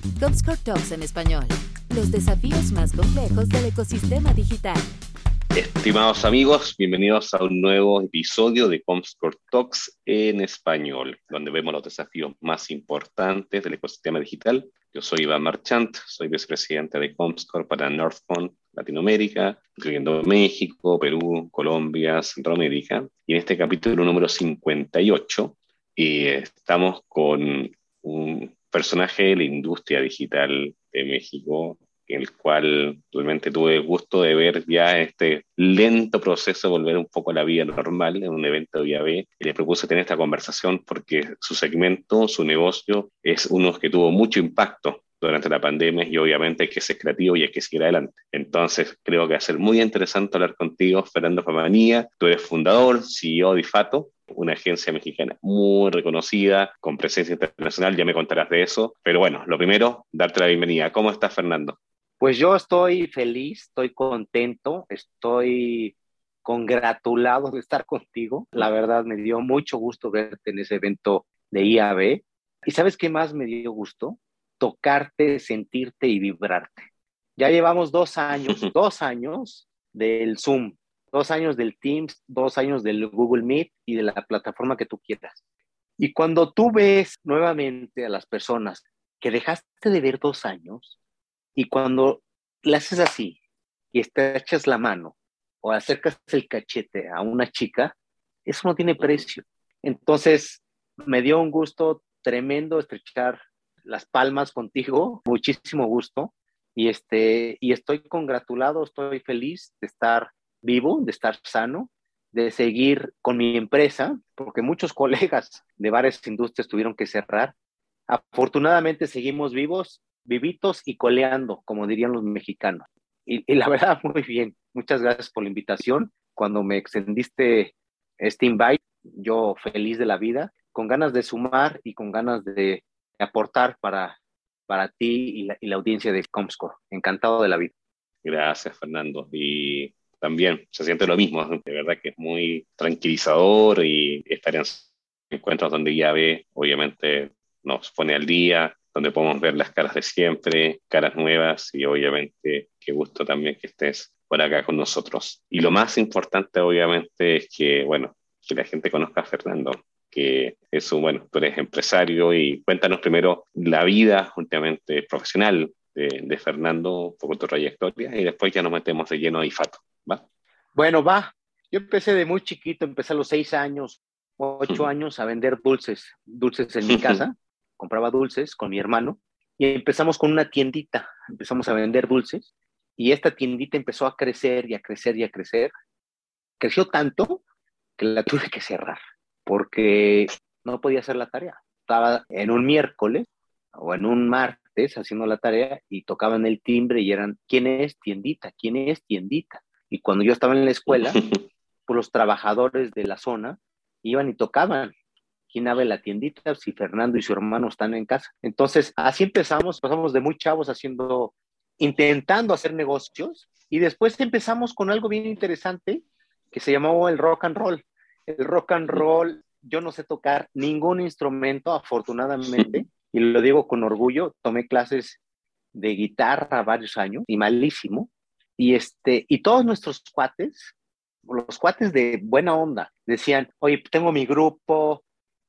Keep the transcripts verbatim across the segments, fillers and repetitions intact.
Comscore Talks en español. Los desafíos más complejos del ecosistema digital. Estimados amigos, bienvenidos a un nuevo episodio de Comscore Talks en español, donde vemos los desafíos más importantes del ecosistema digital. Yo soy Iván Marchant, soy vicepresidente de Comscore para Northfront Latinoamérica, incluyendo México, Perú, Colombia, Centroamérica. Y en este capítulo número cincuenta y ocho eh, estamos con un personaje de la industria digital de México, en el cual realmente tuve el gusto de ver ya este lento proceso de volver un poco a la vida normal en un evento de I A B. Y le propuse tener esta conversación porque su segmento, su negocio, es uno que tuvo mucho impacto durante la pandemia y obviamente hay que ser creativo y hay que seguir adelante. Entonces creo que va a ser muy interesante hablar contigo, Fernando Famanía. Tú eres fundador, C E O de Ifato, una agencia mexicana muy reconocida, con presencia internacional, ya me contarás de eso. Pero bueno, lo primero, darte la bienvenida. ¿Cómo estás, Fernando? Pues yo estoy feliz, estoy contento, estoy congratulado de estar contigo. La verdad me dio mucho gusto verte en ese evento de I A B. ¿Y sabes qué más me dio gusto? Tocarte, sentirte y vibrarte. Ya llevamos dos años, dos años del Zoom, dos años del Teams, dos años del Google Meet y de la plataforma que tú quieras. Y cuando tú ves nuevamente a las personas que dejaste de ver dos años, y cuando le haces así y te echas la mano o acercas el cachete a una chica, eso no tiene precio. Entonces, me dio un gusto tremendo estrechar las palmas contigo, muchísimo gusto. Y, este, y estoy congratulado, estoy feliz de estar vivo, de estar sano, de seguir con mi empresa, porque muchos colegas de varias industrias tuvieron que cerrar. Afortunadamente seguimos vivos, vivitos y coleando, como dirían los mexicanos. Y, y la verdad, muy bien. Muchas gracias por la invitación. Cuando me extendiste este invite, yo feliz de la vida, con ganas de sumar y con ganas de aportar para, para ti y la, y la audiencia de Comscore. Encantado de la vida. Gracias, Fernando. Y también se siente lo mismo, de verdad que es muy tranquilizador y estar en encuentros donde I A B obviamente nos pone al día, donde podemos ver las caras de siempre, caras nuevas y obviamente qué gusto también que estés por acá con nosotros. Y lo más importante obviamente es que, bueno, que la gente conozca a Fernando, que es un, bueno, tú eres empresario y cuéntanos primero la vida últimamente profesional de, de Fernando, un poco tu trayectoria y después ya nos metemos de lleno a Ifato, ¿va? Bueno, va. Yo empecé de muy chiquito, empecé a los seis años, ocho años a vender dulces, dulces en mi casa. Compraba dulces con mi hermano y empezamos con una tiendita, empezamos a vender dulces y esta tiendita empezó a crecer y a crecer y a crecer. Creció tanto que la tuve que cerrar porque no podía hacer la tarea. Estaba en un miércoles o en un martes haciendo la tarea y tocaban el timbre y eran, ¿quién es tiendita? ¿Quién es tiendita? Y cuando yo estaba en la escuela, pues los trabajadores de la zona iban y tocaban. ¿Quién abre la tiendita? Si Fernando y su hermano están en casa. Entonces, así empezamos, pasamos de muy chavos haciendo, intentando hacer negocios y después empezamos con algo bien interesante que se llamó el rock and roll. El rock and roll, yo no sé tocar ningún instrumento, afortunadamente, y lo digo con orgullo, tomé clases de guitarra varios años y malísimo, y, este, y todos nuestros cuates, los cuates de buena onda, decían, oye, tengo mi grupo,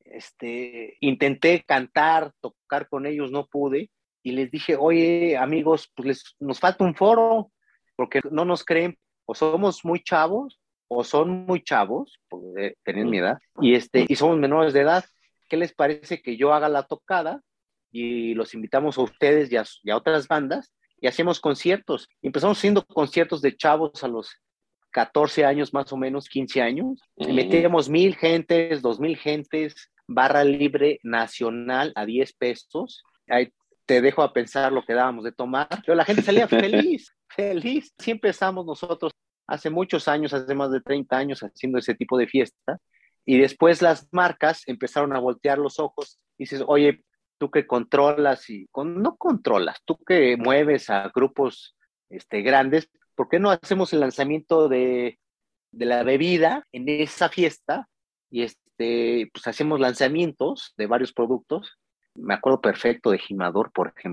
este, intenté cantar, tocar con ellos, no pude, y les dije, oye, amigos, pues les, nos falta un foro, porque no nos creen, o somos muy chavos, o son muy chavos, porque tienen mi edad, y, este, y somos menores de edad. ¿Qué les parece que yo haga la tocada y los invitamos a ustedes y a, y a otras bandas y hacemos conciertos? Y empezamos haciendo conciertos de chavos a los catorce años, más o menos, quince años, y metíamos mil gentes, dos mil gentes, barra libre nacional a diez pesos. Ahí te dejo a pensar lo que dábamos de tomar, pero la gente salía feliz, feliz. Sí empezamos nosotros hace muchos años, hace más de treinta años, haciendo ese tipo de fiesta, y después las marcas empezaron a voltear los ojos y dices, oye, tú que controlas y con, no controlas, tú que mueves a grupos este, grandes, ¿por qué no hacemos el lanzamiento de, de la bebida en esa fiesta? Y este, pues hacemos lanzamientos de varios productos. Me acuerdo perfecto de Jimador, por ejemplo.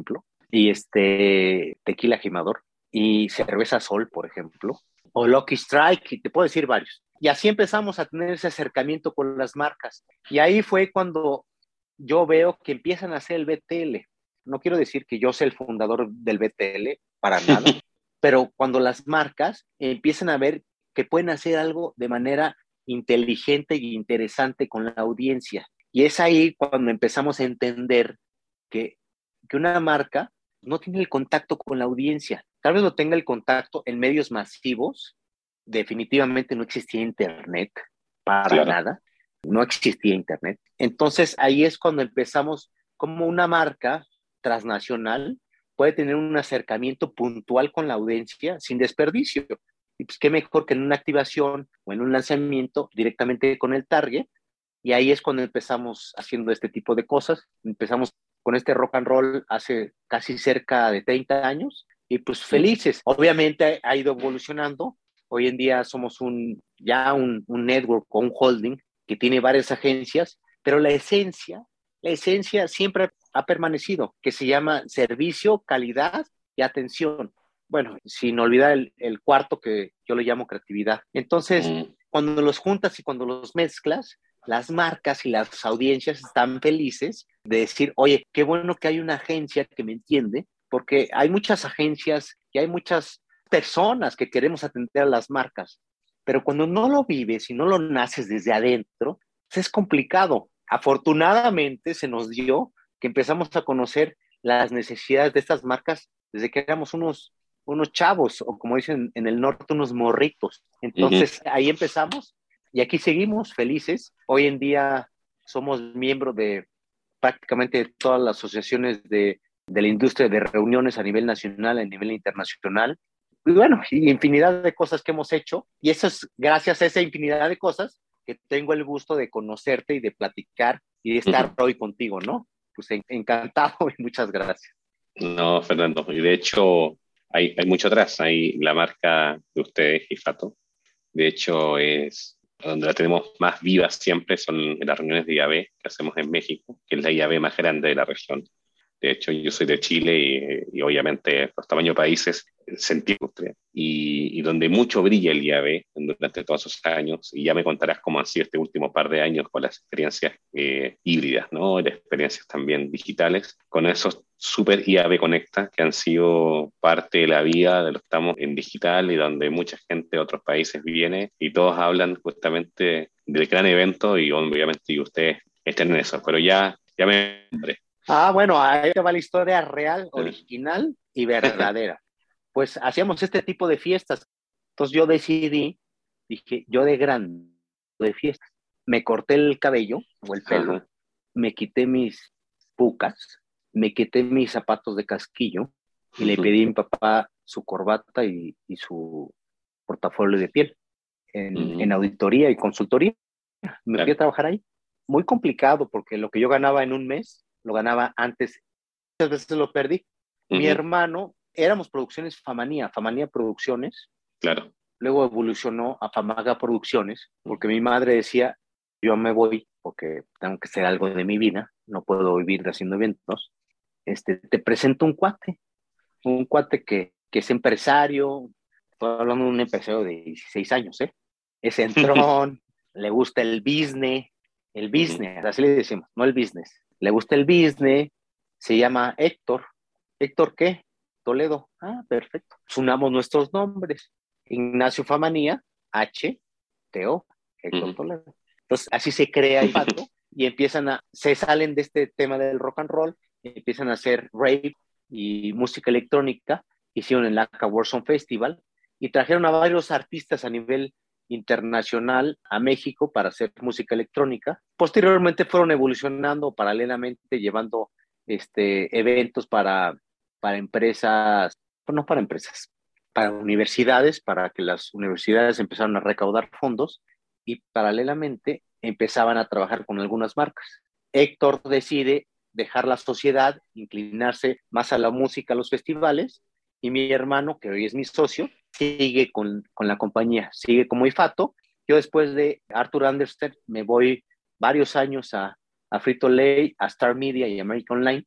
y este Tequila Jimador y Cerveza Sol, por ejemplo, o Lucky Strike, y te puedo decir varios. Y así empezamos a tener ese acercamiento con las marcas. Y ahí fue cuando yo veo que empiezan a hacer el B T L. No quiero decir que yo sea el fundador del B T L, para nada, pero cuando las marcas empiezan a ver que pueden hacer algo de manera inteligente y interesante con la audiencia. Y es ahí cuando empezamos a entender que, que una marca no tiene el contacto con la audiencia. Tal vez lo tenga el contacto en medios masivos. Definitivamente no existía internet para Claro. nada. No existía internet. Entonces ahí es cuando empezamos como una marca transnacional puede tener un acercamiento puntual con la audiencia sin desperdicio. Y pues qué mejor que en una activación o en un lanzamiento directamente con el target. Y ahí es cuando empezamos haciendo este tipo de cosas. Empezamos con este rock and roll hace casi cerca de treinta años y pues felices. Obviamente ha ido evolucionando. Hoy en día somos un, ya un, un network o un holding que tiene varias agencias, pero la esencia, la esencia siempre ha permanecido, que se llama servicio, calidad y atención. Bueno, sin olvidar el, el cuarto que yo le llamo creatividad. Entonces, mm. cuando los juntas y cuando los mezclas, las marcas y las audiencias están felices de decir, oye, qué bueno que hay una agencia que me entiende, porque hay muchas agencias y hay muchas personas que queremos atender a las marcas, pero cuando no lo vives y no lo naces desde adentro, pues es complicado. Afortunadamente se nos dio que empezamos a conocer las necesidades de estas marcas desde que éramos unos, unos chavos, o como dicen en el norte, unos morritos. Entonces, uh-huh. ahí empezamos y aquí seguimos felices. Hoy en día somos miembros de prácticamente todas las asociaciones de, de la industria de reuniones a nivel nacional, a nivel internacional. Y bueno, infinidad de cosas que hemos hecho. Y eso es gracias a esa infinidad de cosas que tengo el gusto de conocerte y de platicar y de estar uh-huh. hoy contigo, ¿no? Pues encantado y muchas gracias. No, Fernando, y de hecho hay, hay mucho atrás. Hay la marca de ustedes, Gifato. De hecho, es donde la tenemos más viva siempre son en las reuniones de I A B que hacemos en México, que es la I A B más grande de la región. De hecho, yo soy de Chile y, y obviamente los tamaños de países sentí industria y, y donde mucho brilla el I A B durante todos esos años, y ya me contarás cómo han sido este último par de años con las experiencias eh, híbridas, ¿no? Las experiencias también digitales, con esos super I A B Conecta que han sido parte de la vida de lo que estamos en digital y donde mucha gente de otros países viene y todos hablan justamente del gran evento y obviamente y ustedes estén en eso, pero ya, ya me... Ah, bueno, ahí va la historia real, original y verdadera. Pues hacíamos este tipo de fiestas. Entonces yo decidí, dije, yo de grande, de fiestas, me corté el cabello o el pelo, uh-huh. me quité mis pucas, me quité mis zapatos de casquillo y uh-huh. le pedí a mi papá su corbata y, y su portafolio de piel en, uh-huh. en auditoría y consultoría. Me claro. fui a trabajar ahí. Muy complicado porque lo que yo ganaba en un mes, lo ganaba antes, muchas veces lo perdí. Uh-huh. Mi hermano, éramos producciones Famanía, Famanía Producciones. Claro. Luego evolucionó a Famaga Producciones, porque mi madre decía, yo me voy porque tengo que hacer algo de mi vida, no puedo vivir haciendo eventos. Este, te presento un cuate, un cuate que, que es empresario, estoy hablando de un empresario de dieciséis años, ¿eh? Es entrón, le gusta el business, el business, uh-huh. así le decimos, no el business. Le gusta el business, se llama Héctor. ¿Héctor qué? Toledo. Ah, perfecto. Unamos nuestros nombres. Ignacio Famanía, H, T O, Héctor uh-huh. Toledo. Entonces, así se crea el pato y empiezan a, se salen de este tema del rock and roll, empiezan a hacer rave y música electrónica, hicieron el A C A Warzone Festival y trajeron a varios artistas a nivel internacional a México para hacer música electrónica. Posteriormente fueron evolucionando paralelamente, llevando este, eventos para, para empresas, no para empresas, para universidades, para que las universidades empezaran a recaudar fondos y paralelamente empezaban a trabajar con algunas marcas. Héctor decide dejar la sociedad, inclinarse más a la música, a los festivales, y mi hermano, que hoy es mi socio, sigue con, con la compañía, sigue como Ifato. Yo después de Arthur Andersen me voy varios años a, a Frito-Lay, a Star Media y American Online,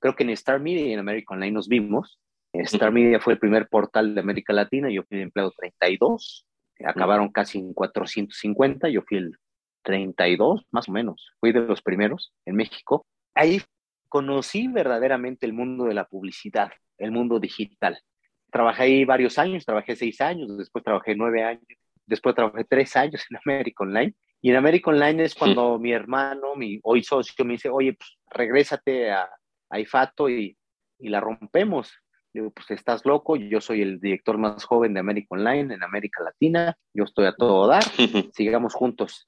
creo que en Star Media y en America Online nos vimos. Star Media fue el primer portal de América Latina, yo fui el empleado treinta y dos, acabaron casi en cuatrocientos cincuenta, yo fui el treinta y dos, más o menos, fui de los primeros en México. Ahí conocí verdaderamente el mundo de la publicidad, el mundo digital. Trabajé ahí varios años, trabajé seis años, después trabajé nueve años, después trabajé tres años en América Online. Y en América Online es cuando mi hermano, mi hoy socio, me dice, oye, pues regrésate a, a IFATO y, y la rompemos. Le digo, pues estás loco, yo soy el director más joven de América Online en América Latina, yo estoy a todo dar, sigamos juntos.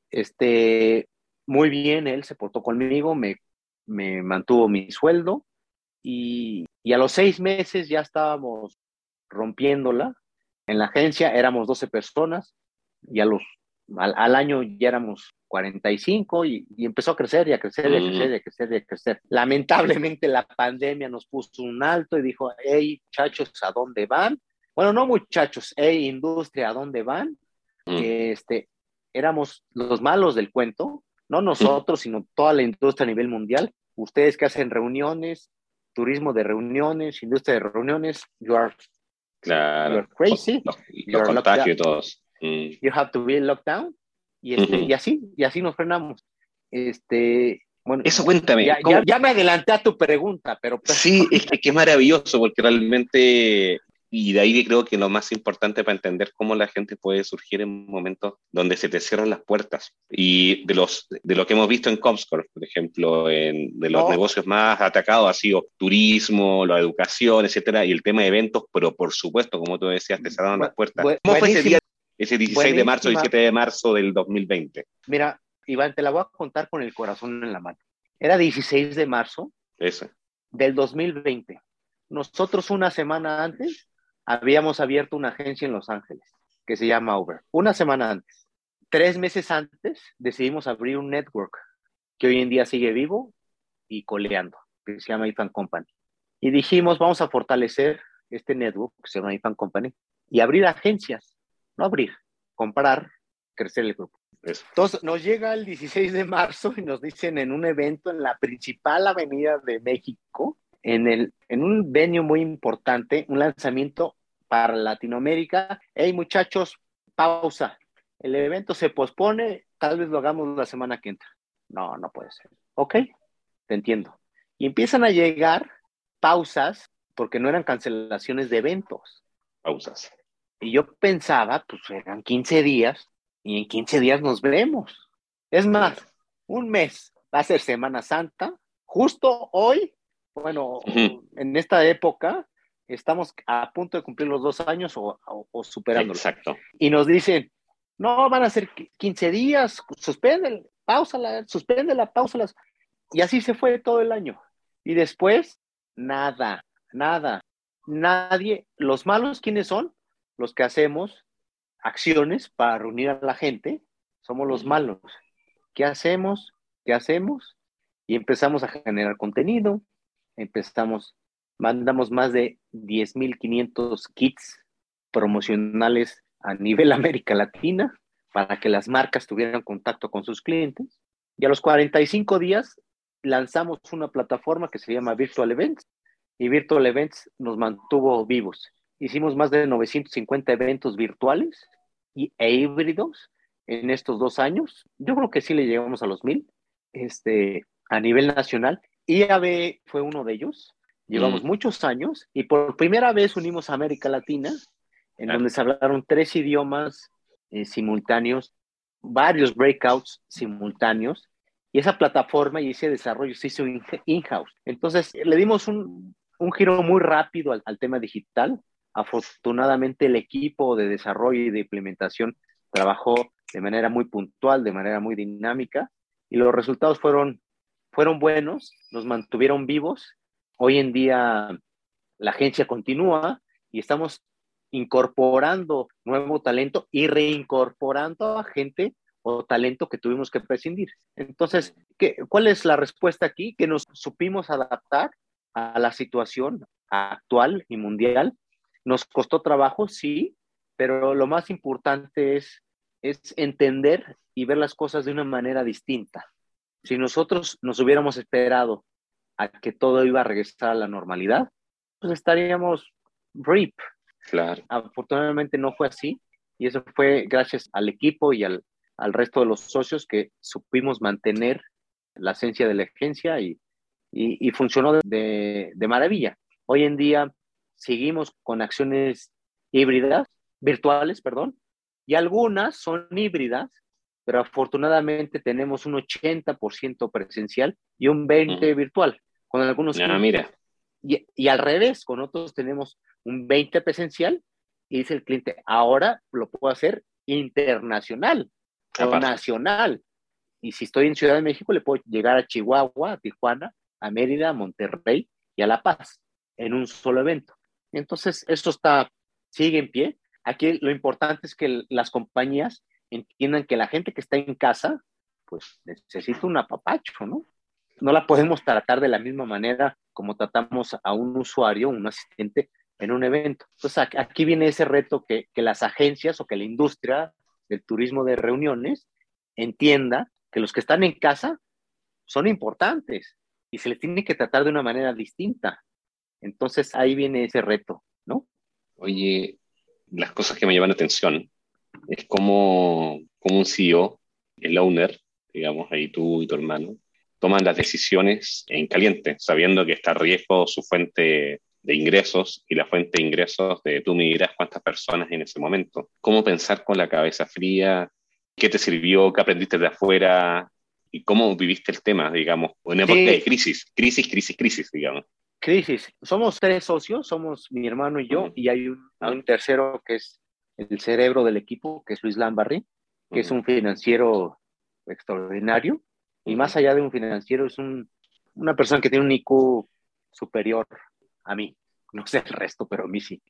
Este, muy bien, él se portó conmigo, me, me mantuvo mi sueldo y, y a los seis meses ya estábamos rompiéndola. En la agencia éramos doce personas y a los, al, al año ya éramos cuarenta y cinco y, y empezó a crecer y a crecer y a crecer y a crecer y a crecer. Lamentablemente la pandemia nos puso un alto y dijo, hey, muchachos, ¿a dónde van? Bueno, no muchachos, hey, industria, ¿a dónde van? Mm. Este, éramos los malos del cuento, no nosotros, sino toda la industria a nivel mundial. Ustedes que hacen reuniones, turismo de reuniones, industria de reuniones, you are, claro. you are crazy. Los, los contagios todos. Mm. You have to be locked down. Y, este, uh-huh. y así, y así nos frenamos. Este, bueno, eso cuéntame. Ya, ya, ya me adelanté a tu pregunta, pero... Sí, es que, que es maravilloso, porque realmente, y de ahí creo que lo más importante para entender cómo la gente puede surgir en momentos donde se te cierran las puertas. Y de los de lo que hemos visto en Comscore, por ejemplo, en, de los oh. negocios más atacados ha sido turismo, la educación, etcétera, y el tema de eventos, pero por supuesto, como tú decías, te cerraron Bu- las puertas. Bu- ¿Cómo fue ese día? Ese dieciséis de marzo, diecisiete de marzo del dos mil veinte. Mira, Iván, te la voy a contar con el corazón en la mano. Era dieciséis de marzo Eso. del dos mil veinte. Nosotros una semana antes habíamos abierto una agencia en Los Ángeles que se llama Uber. Una semana antes. Tres meses antes decidimos abrir un network que hoy en día sigue vivo y coleando, que se llama iFan Company. Y dijimos, vamos a fortalecer este network que se llama iFan Company y abrir agencias. No abrir, comprar, crecer el grupo. Eso. Entonces nos llega el dieciséis de marzo y nos dicen en un evento en la principal avenida de México, en, el, en un venue muy importante, un lanzamiento para Latinoamérica. Hey muchachos, pausa. El evento se pospone, tal vez lo hagamos la semana que entra. No, no puede ser. Ok, te entiendo. Y empiezan a llegar pausas porque no eran cancelaciones de eventos. Pausas. Y yo pensaba, pues eran quince días, y en quince días nos vemos. Es más, un mes, va a ser Semana Santa, justo hoy, bueno, uh-huh. en esta época, estamos a punto de cumplir los dos años o, o, o superándolo. Exacto. Y nos dicen, no, van a ser quince días, suspéndela, páusala, suspéndela, páusalas. Y así se fue todo el año. Y después, nada, nada, nadie. Los malos, ¿quiénes son? Los que hacemos acciones para reunir a la gente, somos los malos. ¿Qué hacemos? ¿Qué hacemos? Y empezamos a generar contenido, empezamos, mandamos más de diez mil quinientos kits promocionales a nivel América Latina para que las marcas tuvieran contacto con sus clientes. Y a los cuarenta y cinco días lanzamos una plataforma que se llama Virtual Events, y Virtual Events nos mantuvo vivos. Hicimos más de novecientos cincuenta eventos virtuales y, e híbridos en estos dos años. Yo creo que sí le llegamos a los mil este, a nivel nacional. I A B fue uno de ellos. Llevamos mm. muchos años y por primera vez unimos a América Latina, en claro. donde se hablaron tres idiomas eh, simultáneos, varios breakouts simultáneos, y esa plataforma y ese desarrollo se hizo in-house. Entonces, le dimos un, un giro muy rápido al, al tema digital. Afortunadamente el equipo de desarrollo y de implementación trabajó de manera muy puntual, de manera muy dinámica, y los resultados fueron, fueron buenos, nos mantuvieron vivos. Hoy en día la agencia continúa y estamos incorporando nuevo talento y reincorporando a gente o talento que tuvimos que prescindir. Entonces, ¿qué, ¿cuál es la respuesta aquí? Que nos supimos adaptar a la situación actual y mundial. Nos costó trabajo, sí, pero lo más importante es, es entender y ver las cosas de una manera distinta. Si nosotros nos hubiéramos esperado a que todo iba a regresar a la normalidad, pues estaríamos R I P. Claro. Afortunadamente no fue así, y eso fue gracias al equipo y al, al resto de los socios que supimos mantener la esencia de la agencia y, y, y funcionó de, de, de maravilla. Hoy en día seguimos con acciones híbridas, virtuales, perdón, y algunas son híbridas, pero afortunadamente tenemos un ochenta por ciento presencial y un veinte por ciento Uh-huh. virtual, con algunos Ah, clientes. mira. Y, y al revés, con otros tenemos un veinte por ciento presencial y dice el cliente, ahora lo puedo hacer internacional o Aparte. nacional. Y si estoy en Ciudad de México, le puedo llegar a Chihuahua, a Tijuana, a Mérida, a Monterrey y a La Paz en un solo evento. Entonces, esto está, sigue en pie. Aquí lo importante es que las compañías entiendan que la gente que está en casa, pues necesita un apapacho, ¿no? No la podemos tratar de la misma manera como tratamos a un usuario, un asistente en un evento. Entonces, aquí viene ese reto que, que las agencias o que la industria del turismo de reuniones entienda que los que están en casa son importantes y se les tiene que tratar de una manera distinta. Entonces, ahí viene ese reto, ¿no? Oye, las cosas que me llaman la atención es como, como un C E O, el owner, digamos, ahí tú y tu hermano, toman las decisiones en caliente, sabiendo que está a riesgo su fuente de ingresos y la fuente de ingresos de tú me dirás cuántas personas en ese momento. ¿Cómo pensar con la cabeza fría? ¿Qué te sirvió? ¿Qué aprendiste de afuera? ¿Y cómo viviste el tema, digamos, en época Sí, de crisis? Crisis, crisis, crisis, digamos. crisis. Somos tres socios, somos mi hermano y yo, Uh-huh. y hay un, Uh-huh. un tercero que es el cerebro del equipo, que es Luis Lambarri, que uh-huh. es un financiero extraordinario. Y uh-huh. más allá de un financiero, es un, una persona que tiene un I Q superior a mí. No sé el resto, pero a mí sí.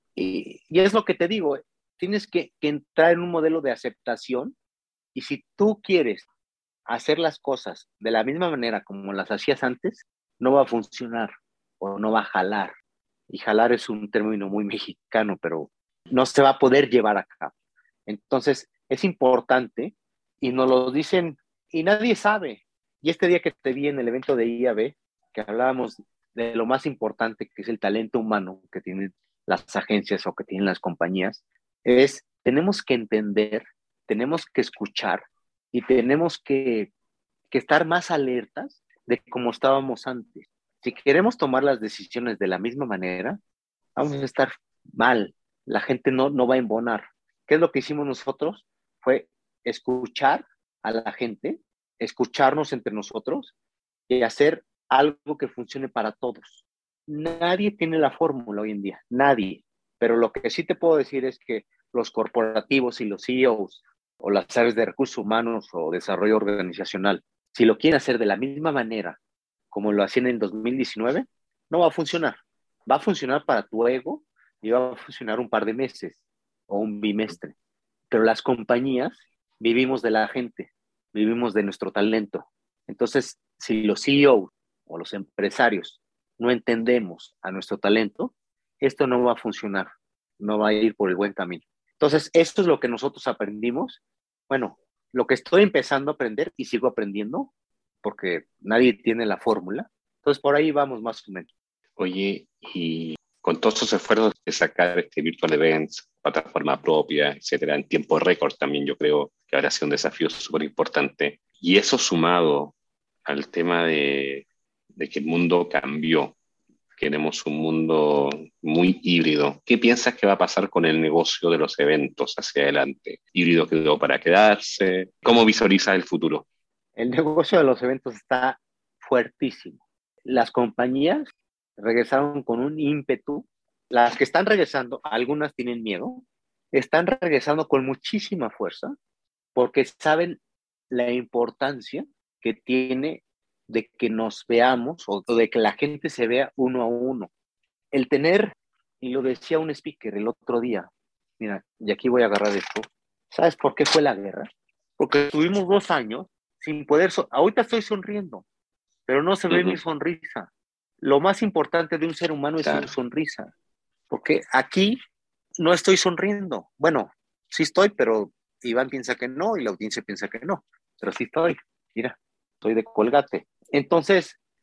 Y, y es lo que te digo, tienes que, que entrar en un modelo de aceptación, y si tú quieres hacer las cosas de la misma manera como las hacías antes, no va a funcionar o no va a jalar. Y jalar es un término muy mexicano, pero no se va a poder llevar a cabo. Entonces, es importante, y nos lo dicen, y nadie sabe. Y este día que te vi en el evento de I A B, que hablábamos de lo más importante, que es el talento humano que tienen las agencias o que tienen las compañías, es, tenemos que entender, tenemos que escuchar y tenemos que, que estar más alertas de cómo estábamos antes. Si queremos tomar las decisiones de la misma manera, vamos a estar mal. La gente no, no va a embonar. ¿Qué es lo que hicimos nosotros? Fue escuchar a la gente, escucharnos entre nosotros y hacer algo que funcione para todos. Nadie tiene la fórmula hoy en día, nadie. Pero lo que sí te puedo decir es que los corporativos y los C E Os o las áreas de recursos humanos o desarrollo organizacional, si lo quieren hacer de la misma manera como lo hacían en dos mil diecinueve, no va a funcionar. Va a funcionar para tu ego y va a funcionar un par de meses o un bimestre. Pero las compañías vivimos de la gente, vivimos de nuestro talento. Entonces, si los C E Os o los empresarios no entendemos a nuestro talento, esto no va a funcionar, no va a ir por el buen camino. Entonces, esto es lo que nosotros aprendimos. Bueno, lo que estoy empezando a aprender y sigo aprendiendo, porque nadie tiene la fórmula. Entonces, por ahí vamos más o menos. Oye, y con todos esos esfuerzos de sacar este Virtual Events, plataforma propia, etcétera, en tiempo récord también yo creo que habrá sido un desafío súper importante. Y eso sumado al tema de, de que el mundo cambió, queremos un mundo muy híbrido. ¿Qué piensas que va a pasar con el negocio de los eventos hacia adelante? ¿Híbrido quedó para quedarse? ¿Cómo visualizas el futuro? El negocio de los eventos está fuertísimo. Las compañías regresaron con un ímpetu. Las que están regresando, algunas tienen miedo, están regresando con muchísima fuerza porque saben la importancia que tiene de que nos veamos o de que la gente se vea uno a uno. El tener, y lo decía un speaker el otro día, mira, y aquí voy a agarrar esto, ¿sabes por qué fue la guerra? Porque tuvimos dos años sin poder, so- ahorita estoy sonriendo, pero no se ve Uh-huh. mi sonrisa. Lo más importante de un ser humano es Claro. su sonrisa, porque aquí no estoy sonriendo. Bueno, sí estoy, pero Iván piensa que no y la audiencia piensa que no, pero sí estoy. Mira, estoy de Colgate. Entonces,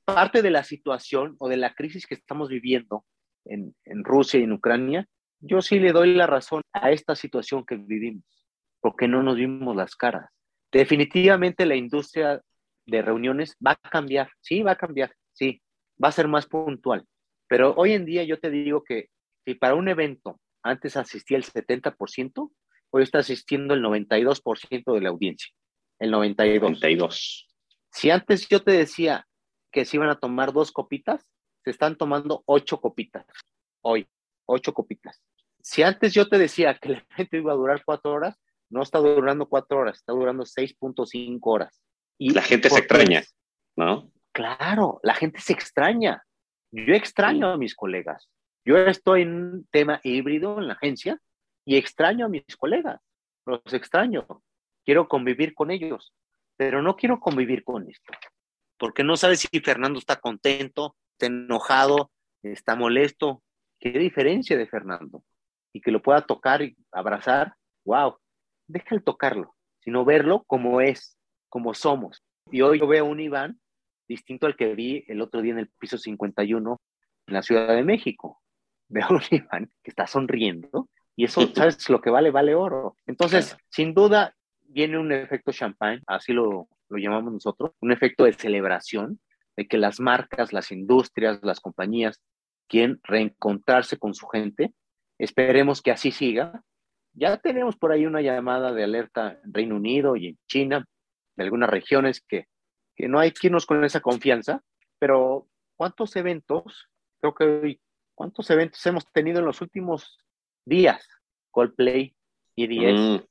parte de la situación o de la crisis que estamos viviendo en, en Rusia y en Ucrania, yo sí le doy la razón a esta situación que vivimos, porque no nos vimos las caras. Definitivamente la industria de reuniones va a cambiar, sí, va a cambiar, sí, va a ser más puntual. Pero hoy en día yo te digo que si para un evento antes asistía el setenta por ciento, hoy está asistiendo el noventa y dos por ciento de la audiencia. El noventa y dos por ciento. noventa y dos. Si antes yo te decía que se iban a tomar dos copitas, se están tomando ocho copitas. Hoy, ocho copitas. Si antes yo te decía que el evento iba a durar cuatro horas, no está durando cuatro horas, está durando seis punto cinco horas. Y la gente se extraña, ¿no? Claro, la gente se extraña. Yo extraño a mis colegas. Yo estoy en un tema híbrido en la agencia y extraño a mis colegas. Los extraño. Quiero convivir con ellos, pero no quiero convivir con esto. Porque no sabes si Fernando está contento, está enojado, está molesto. ¿Qué diferencia de Fernando? Y que lo pueda tocar y abrazar. ¡Wow! Deja el tocarlo, sino verlo como es, como somos. Y hoy yo veo un Iván distinto al que vi el otro día en el piso cincuenta y uno en la Ciudad de México. Veo un Iván que está sonriendo y eso, ¿sabes? Lo que vale, vale oro. Entonces, sin duda, viene un efecto champagne, así lo, lo llamamos nosotros, un efecto de celebración, de que las marcas, las industrias, las compañías quieren reencontrarse con su gente. Esperemos que así siga. Ya tenemos por ahí una llamada de alerta en Reino Unido y en China, de algunas regiones que, que no hay que irnos con esa confianza, pero ¿cuántos eventos, creo que hoy, cuántos eventos hemos tenido en los últimos días? Coldplay, E D S, mm.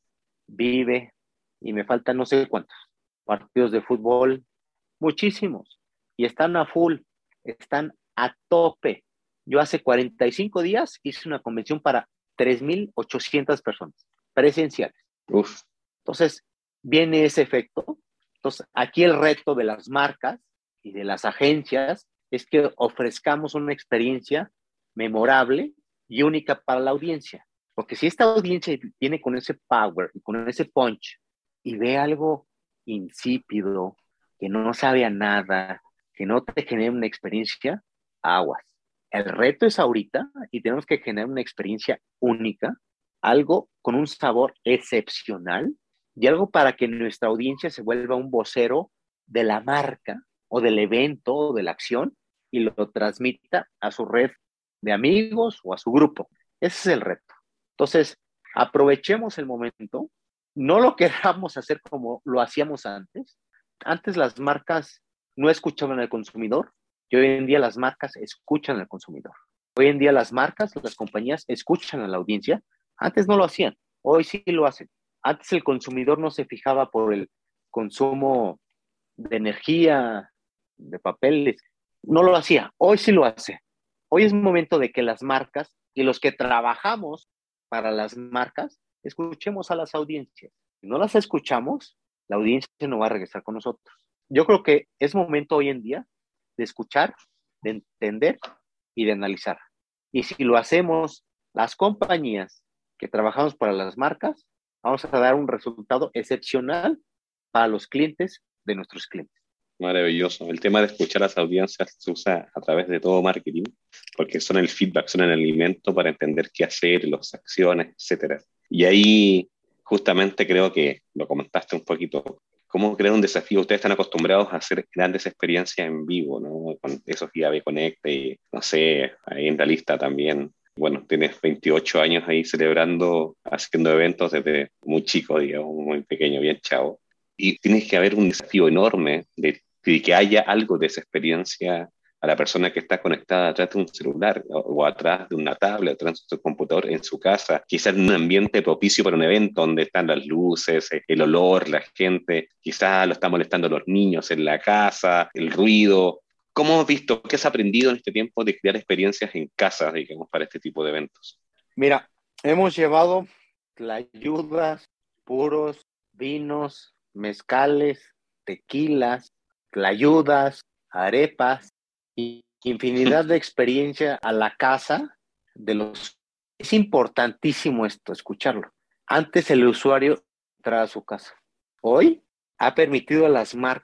Vive, y me faltan no sé cuántos partidos de fútbol, muchísimos, y están a full, están a tope. Yo hace cuarenta y cinco días hice una convención para tres mil ochocientas personas presenciales. Uf. Entonces, viene ese efecto. Entonces, aquí el reto de las marcas y de las agencias es que ofrezcamos una experiencia memorable y única para la audiencia. Porque si esta audiencia viene con ese power y con ese punch y ve algo insípido, que no sabe a nada, que no te genera una experiencia, aguas. El reto es ahorita y tenemos que generar una experiencia única, algo con un sabor excepcional y algo para que nuestra audiencia se vuelva un vocero de la marca o del evento o de la acción y lo transmita a su red de amigos o a su grupo. Ese es el reto. Entonces, aprovechemos el momento, no lo queramos hacer como lo hacíamos antes. Antes las marcas no escuchaban al consumidor, y hoy en día las marcas escuchan al consumidor. Hoy en día las marcas, las compañías escuchan a la audiencia. Antes no lo hacían, hoy sí lo hacen. Antes el consumidor no se fijaba por el consumo de energía, de papeles, no lo hacía, hoy sí lo hace. Hoy es momento de que las marcas y los que trabajamos para las marcas, escuchemos a las audiencias. Si no las escuchamos, la audiencia no va a regresar con nosotros. Yo creo que es momento hoy en día de escuchar, de entender y de analizar. Y si lo hacemos, las compañías que trabajamos para las marcas, vamos a dar un resultado excepcional para los clientes de nuestros clientes. Maravilloso. El tema de escuchar a las audiencias se usa a través de todo marketing, porque son el feedback, son el alimento para entender qué hacer, las acciones, etcétera. Y ahí justamente creo que lo comentaste un poquito. ¿Cómo crear un desafío? Ustedes están acostumbrados a hacer grandes experiencias en vivo, ¿no? Con esos I A B Connect y, no sé, ahí en la lista también. Bueno, tienes veintiocho años ahí celebrando, haciendo eventos desde muy chico, digamos, muy pequeño, bien chavo. Y tienes que haber un desafío enorme de, de que haya algo de esa experiencia a la persona que está conectada atrás de un celular o, o atrás de una tablet, atrás de un computador en su casa, quizás en un ambiente propicio para un evento donde están las luces, el olor, la gente, quizás lo están molestando los niños en la casa, el ruido. ¿Cómo has visto, qué has aprendido en este tiempo de crear experiencias en casa, digamos, para este tipo de eventos? Mira, hemos llevado tlayudas, puros, vinos, mezcales, tequilas, tlayudas, arepas y infinidad de experiencia a la casa de los... Es importantísimo esto, escucharlo. Antes el usuario entraba a su casa. Hoy ha permitido a las marcas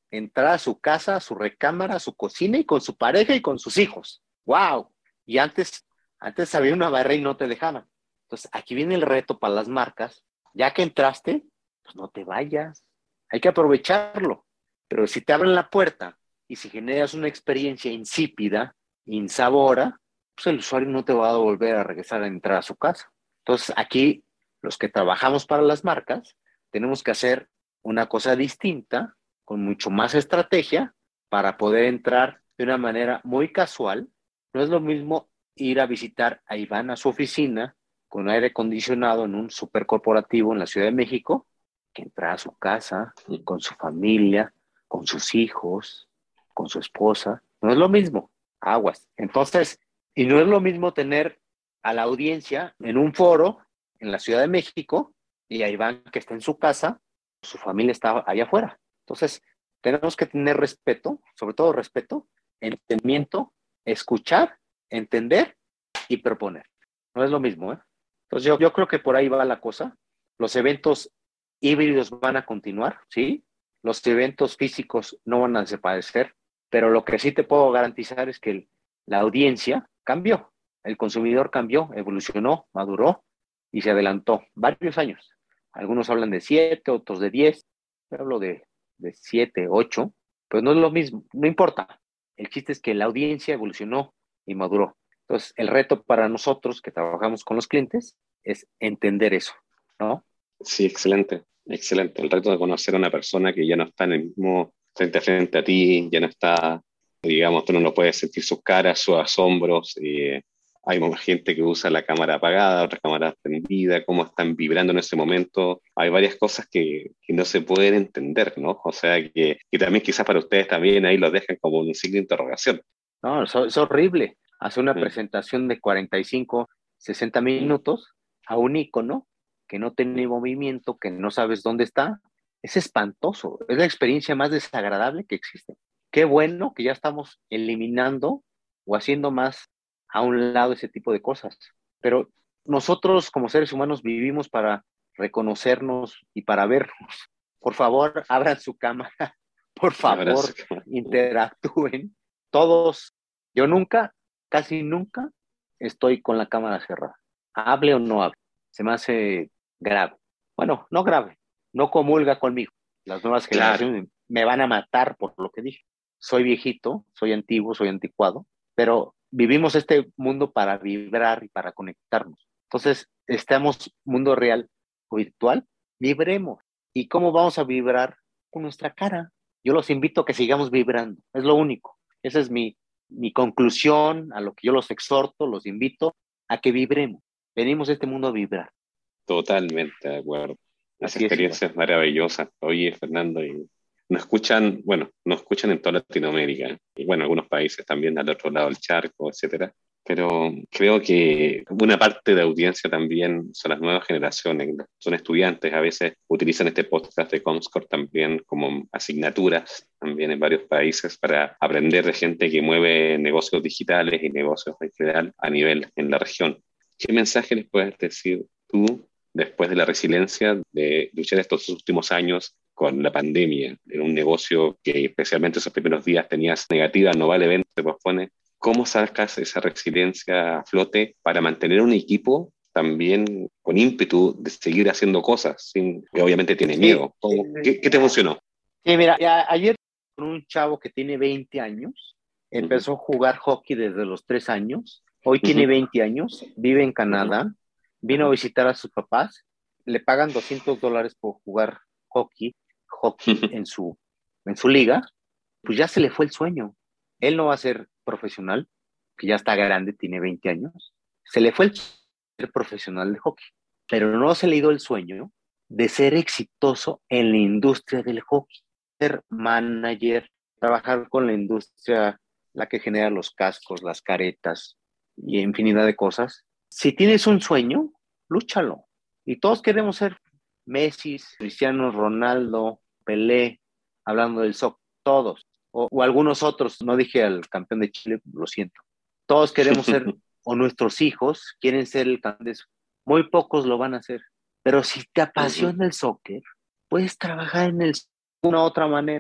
entrar a su casa, a su recámara, a su cocina y con su pareja y con sus hijos. ¡Wow! Y antes, antes había una barrera y no te dejaban. Entonces, aquí viene el reto para las marcas. Ya que entraste, pues no te vayas. Hay que aprovecharlo. Pero si te abren la puerta y si generas una experiencia insípida, insabora, pues el usuario no te va a volver a regresar a entrar a su casa. Entonces, aquí, los que trabajamos para las marcas, tenemos que hacer una cosa distinta, con mucho más estrategia, para poder entrar de una manera muy casual. No es lo mismo ir a visitar a Iván a su oficina con aire acondicionado en un supercorporativo en la Ciudad de México, que entrar a su casa, con su familia, con sus hijos, con su esposa. No es lo mismo, aguas. Entonces, y no es lo mismo tener a la audiencia en un foro en la Ciudad de México y a Iván que está en su casa, su familia está allá afuera. Entonces, tenemos que tener respeto, sobre todo respeto, entendimiento, escuchar, entender y proponer. No es lo mismo, ¿eh? Entonces, yo, yo creo que por ahí va la cosa. Los eventos híbridos van a continuar, ¿sí? Los eventos físicos no van a desaparecer, pero lo que sí te puedo garantizar es que el, la audiencia cambió, el consumidor cambió, evolucionó, maduró y se adelantó varios años. Algunos hablan de siete, otros de diez, yo hablo de, de siete, ocho, pues no es lo mismo, no importa. El chiste es que la audiencia evolucionó y maduró. Entonces, el reto para nosotros que trabajamos con los clientes es entender eso, ¿no? Sí, excelente, excelente. El reto de conocer a una persona que ya no está en el mismo frente a frente a ti, ya no está, digamos, tú no lo puedes sentir sus caras, sus asombros. Eh, hay más gente que usa la cámara apagada, otra cámara prendida, cómo están vibrando en ese momento. Hay varias cosas que, que no se pueden entender, ¿no? O sea, que, que también quizás para ustedes también ahí lo dejan como un signo de interrogación. No, es, es horrible. Hace una Mm, presentación de cuarenta y cinco, sesenta mm. minutos a un icono que no tiene movimiento, que no sabes dónde está. Es espantoso. Es la experiencia más desagradable que existe. Qué bueno que ya estamos eliminando o haciendo más a un lado ese tipo de cosas. Pero nosotros como seres humanos vivimos para reconocernos y para vernos. Por favor, abran su cámara. Por Abrazo. favor, interactúen. Todos, yo nunca, casi nunca estoy con la cámara cerrada. Hable o no hable. Se me hace grave. Bueno, no grave, no comulga conmigo. Las nuevas Claro, generaciones me van a matar por lo que dije. Soy viejito, soy antiguo, soy anticuado, pero vivimos este mundo para vibrar y para conectarnos. Entonces, estamos mundo real o virtual, vibremos. ¿Y cómo vamos a vibrar? Con nuestra cara. Yo los invito a que sigamos vibrando, es lo único. Esa es mi, mi conclusión, a lo que yo los exhorto, los invito a que vibremos. Venimos a este mundo a vibrar. totalmente de acuerdo. Esa Así es, Iván. experiencia es maravillosa. Oye, Fernando, y nos escuchan, bueno, nos escuchan en toda Latinoamérica y bueno, algunos países también al otro lado del charco, etcétera. Pero creo que una parte de audiencia también son las nuevas generaciones, son estudiantes, a veces utilizan este podcast de Comscore también como asignaturas también en varios países para aprender de gente que mueve negocios digitales y negocios en general a nivel en la región. ¿Qué mensaje les puedes decir tú después de la resiliencia de luchar estos últimos años con la pandemia, en un negocio que especialmente esos primeros días tenías negativa, no vale venta, se pospone? ¿Cómo sacas esa resiliencia a flote para mantener un equipo también con ímpetu de seguir haciendo cosas, sin que obviamente tiene Sí, miedo? ¿Cómo- qué, qué te funcionó? sí, mira, ya, ayer con un chavo que tiene veinte años, Ujú, empezó a jugar hockey desde los tres años, hoy tiene ujú, veinte años, vive en ujú, Canadá, vino a ujú, visitar a sus papás, le pagan doscientos dólares por jugar hockey, hockey en su, en su liga, pues ya se le fue el sueño. Él no va a ser profesional, que ya está grande, tiene veinte años, se le fue el ser profesional de hockey, pero no se le dio el sueño de ser exitoso en la industria del hockey, ser manager, trabajar con la industria, la que genera los cascos, las caretas y infinidad de cosas. Si tienes un sueño, lúchalo. Y todos queremos ser Messi, Cristiano Ronaldo, Pelé, hablando del soccer, todos. O, o algunos otros, no dije al campeón de Chile, lo siento. Todos queremos ser, o nuestros hijos quieren ser el campeón de eso. Muy pocos lo van a hacer. Pero si te ujú. apasiona el soccer, puedes trabajar en el de una otra manera.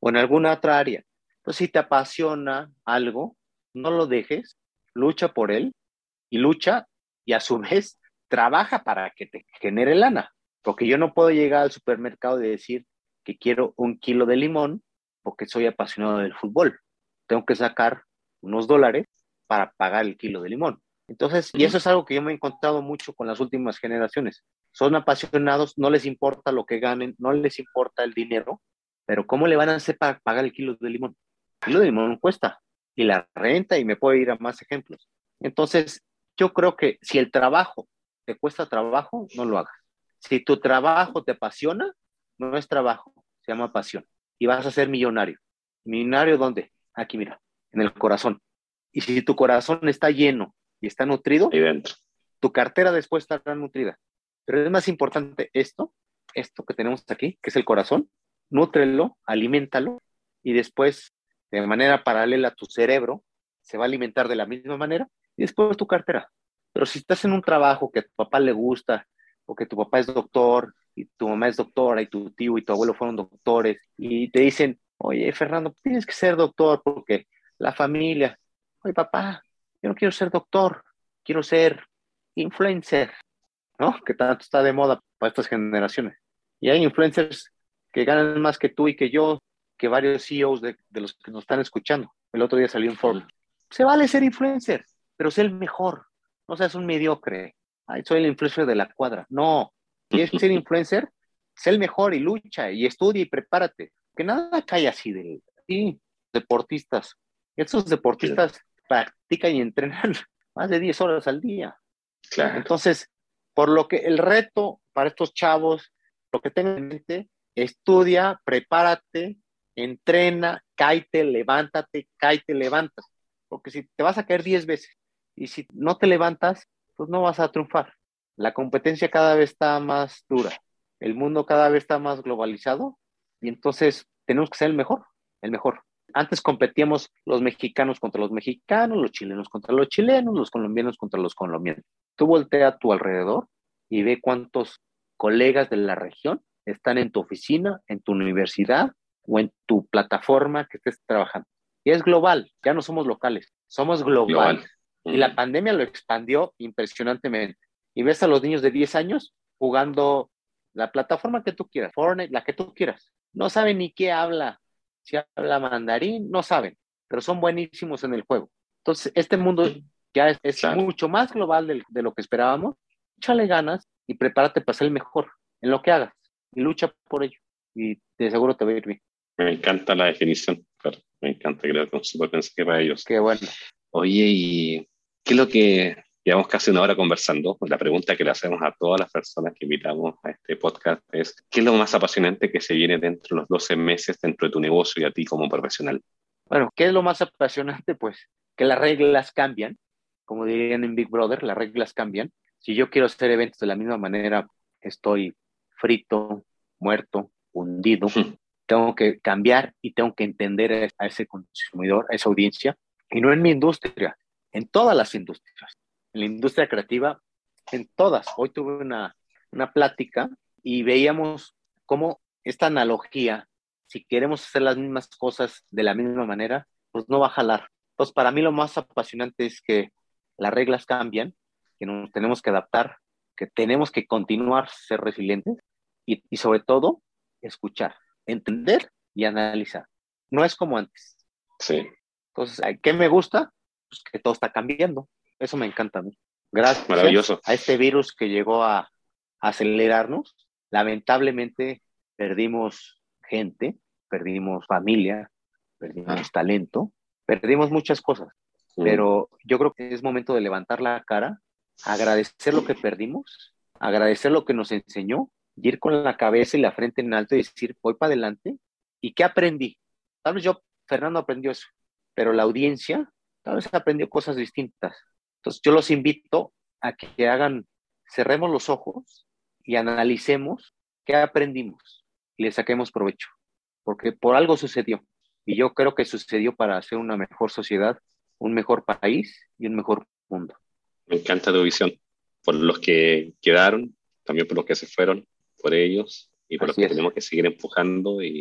o en alguna otra área. Pues si te apasiona algo, no lo dejes, lucha por él y lucha y a su vez trabaja para que te genere lana. Porque yo no puedo llegar al supermercado y decir que quiero un kilo de limón porque soy apasionado del fútbol. Tengo que sacar unos dólares para pagar el kilo de limón. Entonces, y eso es algo que yo me he encontrado mucho con las últimas generaciones. Son apasionados, no les importa lo que ganen, no les importa el dinero, pero ¿cómo le van a hacer para pagar el kilo de limón? El kilo de limón cuesta, y la renta, y me puedo ir a más ejemplos. Entonces, yo creo que si el trabajo te cuesta trabajo, no lo hagas. Si tu trabajo te apasiona, no es trabajo, se llama pasión. Y vas a ser millonario. ¿Millonario dónde? Aquí, mira, en el corazón. Y si tu corazón está lleno y está nutrido, ahí dentro. Tu cartera después estará nutrida. Pero es más importante esto, esto que tenemos aquí, que es el corazón, nútrelo, aliméntalo, y después, de manera paralela a tu cerebro, se va a alimentar de la misma manera, y después tu cartera. Pero si estás en un trabajo que a tu papá le gusta, o que tu papá es doctor, y tu mamá es doctora, y tu tío y tu abuelo fueron doctores, y te dicen, oye, Fernando, tienes que ser doctor, porque la familia, oye, papá, yo no quiero ser doctor, quiero ser influencer, ¿no? Que tanto está de moda para estas generaciones. Y hay influencers que ganan más que tú y que yo, que varios C E Os de, de los que nos están escuchando. El otro día salió un Forbes. Se vale ser influencer, pero sé el mejor. No seas un mediocre. Ay, soy el influencer de la cuadra. No. ¿Quieres ser influencer? Sé el mejor y lucha y estudia y prepárate. Que nada cae así de... Sí, deportistas. Estos deportistas practican y entrenan más de diez horas al día. Claro. Entonces, por lo que el reto para estos chavos, lo que tengan en mente, estudia, prepárate, entrena, cáete, levántate, cáete, levántate. Porque si te vas a caer diez veces y si no te levantas, pues no vas a triunfar. La competencia cada vez está más dura, el mundo cada vez está más globalizado y entonces tenemos que ser el mejor, el mejor. Antes competíamos los mexicanos contra los mexicanos, los chilenos contra los chilenos, los colombianos contra los colombianos. Tú voltea a tu alrededor y ve cuántos colegas de la región están en tu oficina, en tu universidad o en tu plataforma que estés trabajando. Y es global, ya no somos locales, somos global. global. Y la pandemia lo expandió impresionantemente. Y ves a los niños de diez años jugando la plataforma que tú quieras, Fortnite, la que tú quieras. No saben ni qué habla. Si habla mandarín, no saben, pero son buenísimos en el juego. Entonces, este mundo ya es, es claro. mucho más global de, de lo que esperábamos. Échale ganas y prepárate para ser el mejor en lo que hagas y lucha por ello. Y de seguro te va a ir bien. Me encanta la definición, claro. Me encanta, creo que es un súper mensaje para ellos. Qué bueno. Oye, ¿y qué es lo que llevamos casi una hora conversando? La pregunta que le hacemos a todas las personas que invitamos a este podcast es, ¿qué es lo más apasionante que se viene dentro de los doce meses dentro de tu negocio y a ti como profesional? Bueno, ¿qué es lo más apasionante? Pues que las reglas cambian, como dirían en Big Brother, las reglas cambian. Si yo quiero hacer eventos de la misma manera, estoy frito, muerto, hundido. Tengo que cambiar y tengo que entender a ese consumidor, a esa audiencia, y no en mi industria, en todas las industrias. En la industria creativa, en todas. Hoy tuve una, una plática y veíamos cómo esta analogía, si queremos hacer las mismas cosas de la misma manera, pues no va a jalar. Entonces, para mí lo más apasionante es que las reglas cambian, que nos tenemos que adaptar, que tenemos que continuar ser resilientes y, y sobre todo, escuchar, entender y analizar. No es como antes. Sí. Entonces, ¿qué me gusta? Pues que todo está cambiando. Eso me encanta a mí. Gracias Maravilloso. a este virus que llegó a, a acelerarnos, lamentablemente perdimos gente, perdimos familia, perdimos ah. talento, perdimos muchas cosas. Mm. Pero yo creo que es momento de levantar la cara, agradecer lo que perdimos, agradecer lo que nos enseñó, y ir con la cabeza y la frente en alto y decir, voy para adelante. ¿Y qué aprendí? Tal vez yo, Fernando, aprendió eso, pero la audiencia tal vez aprendió cosas distintas. Entonces yo los invito a que hagan, cerremos los ojos y analicemos qué aprendimos y le saquemos provecho, porque por algo sucedió. Y yo creo que sucedió para hacer una mejor sociedad, un mejor país y un mejor mundo. Me encanta tu visión, por los que quedaron, también por los que se fueron, por ellos y por Así los que es. Tenemos que seguir empujando y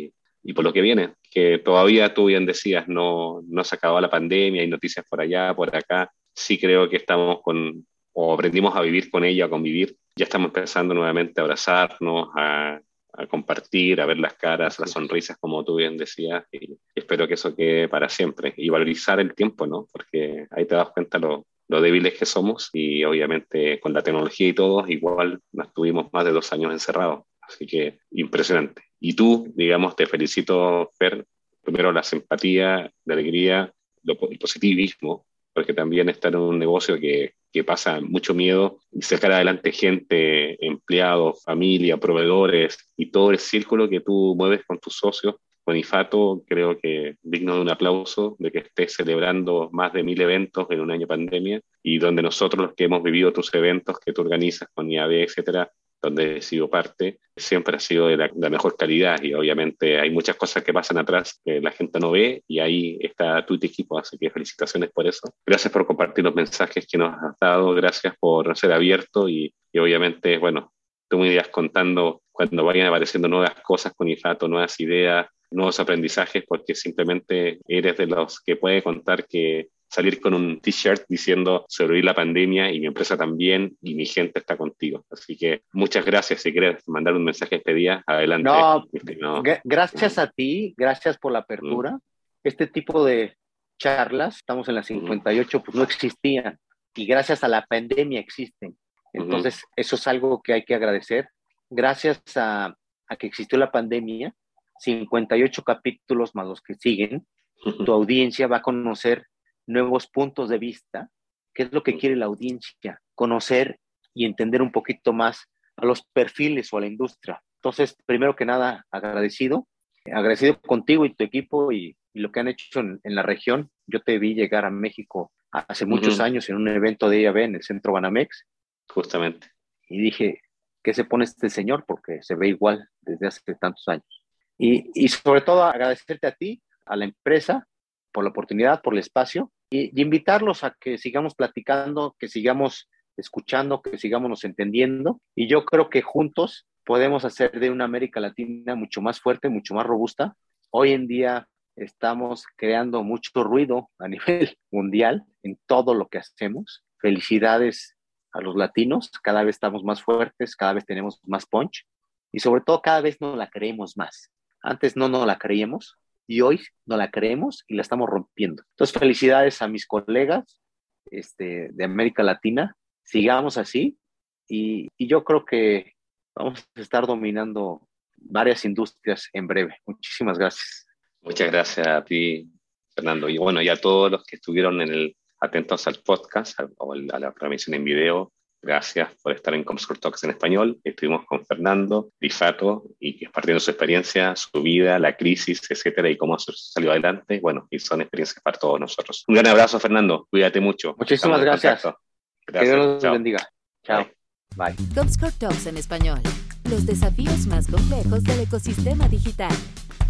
y por lo que viene, que todavía tú bien decías, no, no se acabó la pandemia, hay noticias por allá, por acá. Sí creo que estamos con, o aprendimos a vivir con ella, a convivir. Ya estamos empezando nuevamente a abrazarnos, a, a compartir, a ver las caras, las sonrisas, como tú bien decías, y espero que eso quede para siempre. Y valorizar el tiempo, ¿no? Porque ahí te das cuenta lo, lo débiles que somos, y obviamente con la tecnología y todo, igual nos tuvimos más de dos años encerrados. Así que impresionante. Y tú, digamos, te felicito, Fer, primero la simpatía, la alegría, lo, el positivismo, porque también estar en un negocio que, que pasa mucho miedo y sacar adelante gente, empleados, familia, proveedores y todo el círculo que tú mueves con tus socios, con IFATO, creo que digno de un aplauso, de que estés celebrando más de mil eventos en un año pandemia, y donde nosotros los que hemos vivido tus eventos que tú organizas con I A B, etcétera, donde he sido parte, siempre ha sido de la, de la mejor calidad, y obviamente hay muchas cosas que pasan atrás que la gente no ve, y ahí está tu equipo, así que felicitaciones por eso. Gracias por compartir los mensajes que nos has dado, gracias por ser abierto, y, y obviamente, bueno, tú me irás contando cuando vayan apareciendo nuevas cosas con IFATO, nuevas ideas, nuevos aprendizajes, porque simplemente eres de los que puede contar que salir con un t-shirt diciendo sobrevivir la pandemia y mi empresa también y mi gente está contigo. Así que muchas gracias. Si quieres mandar un mensaje este día, adelante. No, no. Gracias a ti, gracias por la apertura. Mm. Este tipo de charlas, estamos en la cincuenta y ocho, pues no existían, y gracias a la pandemia existen. Entonces, uh-huh. eso es algo que hay que agradecer. Gracias a, a que existió la pandemia, cincuenta y ocho capítulos más los que siguen, uh-huh. tu audiencia va a conocer nuevos puntos de vista, qué es lo que quiere la audiencia, conocer y entender un poquito más a los perfiles o a la industria. Entonces, primero que nada, agradecido, agradecido contigo y tu equipo y, y lo que han hecho en, en la región. Yo te vi llegar a México hace muchos uh-huh. años en un evento de I A B en el Centro Banamex. Justamente. Y dije, ¿qué se pone este señor? Porque se ve igual desde hace tantos años. Y, y sobre todo agradecerte a ti, a la empresa, por la oportunidad, por el espacio, y, y invitarlos a que sigamos platicando, que sigamos escuchando, que sigamos nos entendiendo, y yo creo que juntos podemos hacer de una América Latina mucho más fuerte, mucho más robusta. Hoy en día estamos creando mucho ruido a nivel mundial en todo lo que hacemos. Felicidades a los latinos, cada vez estamos más fuertes, cada vez tenemos más punch, y sobre todo cada vez nos la creemos más. Antes no nos la creíamos, y hoy no la creemos y la estamos rompiendo. Entonces, felicidades a mis colegas este, de América Latina. Sigamos así y, y yo creo que vamos a estar dominando varias industrias en breve. Muchísimas gracias. Muchas gracias a ti, Fernando. Y bueno, y a todos los que estuvieron en el, atentos al podcast o a la transmisión en video. Gracias por estar en Comscore Talks en español. Estuvimos con Fernando IFATO y compartiendo su experiencia, su vida, la crisis, etcétera, y cómo salió adelante. Bueno, y son experiencias para todos nosotros. Un gran abrazo, Fernando. Cuídate mucho. Muchísimas gracias. Gracias. Que Dios los bendiga. Chao. Bye. Comscore Talks en español. Los desafíos más complejos del ecosistema digital.